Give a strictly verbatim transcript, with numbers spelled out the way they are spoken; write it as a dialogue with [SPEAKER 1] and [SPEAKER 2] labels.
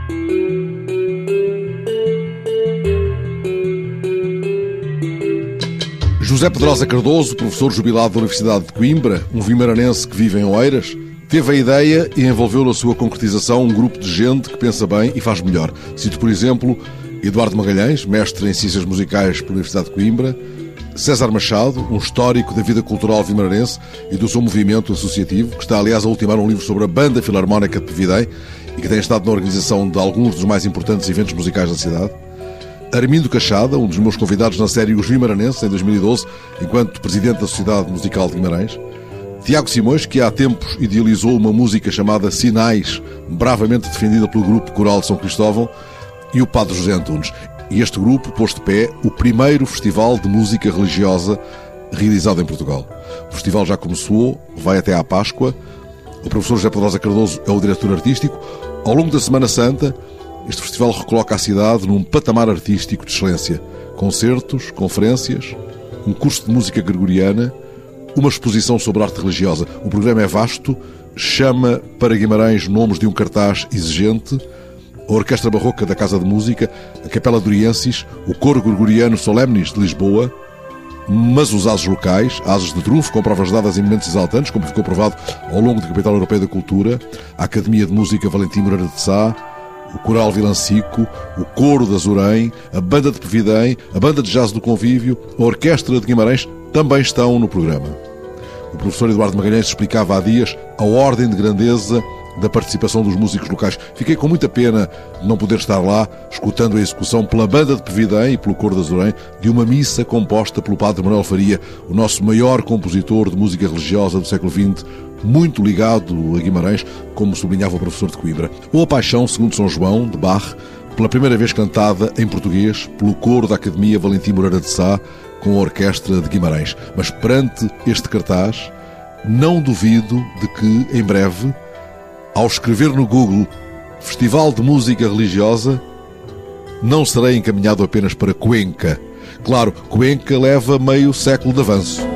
[SPEAKER 1] José Pedrosa Cardoso, professor jubilado da Universidade de Coimbra, um vimaranense que vive em Oeiras, teve a ideia e envolveu na sua concretização um grupo de gente que pensa bem e faz melhor. Cito, por exemplo, Eduardo Magalhães, mestre em Ciências Musicais pela Universidade de Coimbra, César Machado, um histórico da vida cultural vimaranense e do seu movimento associativo, que está, aliás, a ultimar um livro sobre a Banda Filarmónica de Pevidém e que tem estado na organização de alguns dos mais importantes eventos musicais da cidade. Armindo Cachada, um dos meus convidados na série Os Vimaranenses, em dois mil e doze, enquanto presidente da Sociedade Musical de Guimarães. Tiago Simões, que há tempos idealizou uma música chamada Sinais, bravamente defendida pelo grupo coral de São Cristóvão, e o Padre José Antunes. E este grupo pôs de pé o primeiro festival de música religiosa realizado em Portugal. O festival já começou, vai até à Páscoa. O professor José Pedrosa Cardoso é o diretor artístico. Ao longo da Semana Santa, este festival recoloca a cidade num patamar artístico de excelência. Concertos, conferências, um curso de música gregoriana, uma exposição sobre arte religiosa. O programa é vasto, chama para Guimarães nomes de um cartaz exigente: a Orquestra Barroca da Casa de Música, a Capela Doriensis, o Coro Gregoriano Solemnis de Lisboa, mas os ases locais, ases de trunfo, com provas dadas em momentos exaltantes, como ficou provado ao longo da Capital Europeia da Cultura, a Academia de Música Valentim Moreira de Sá, o Coral Vilancico, o Coro da Zurém, a Banda de Pevidém, a Banda de Jazz do Convívio, a Orquestra de Guimarães também estão no programa. O professor Eduardo Magalhães explicava há dias a ordem de grandeza da participação dos músicos locais. Fiquei com muita pena de não poder estar lá, escutando a execução pela Banda de Pevidém e pelo Coro da Zurém de uma missa composta pelo Padre Manuel Faria, o nosso maior compositor de música religiosa do século vinte, muito ligado a Guimarães, como sublinhava o professor de Coimbra. Ou a Paixão, segundo São João, de Bach, pela primeira vez cantada em português pelo coro da Academia Valentim Moreira de Sá, com a Orquestra de Guimarães. Mas perante este cartaz, não duvido de que, em breve, ao escrever no Google Festival de Música Religiosa, não serei encaminhado apenas para Cuenca. Claro, Cuenca leva meio século de avanço.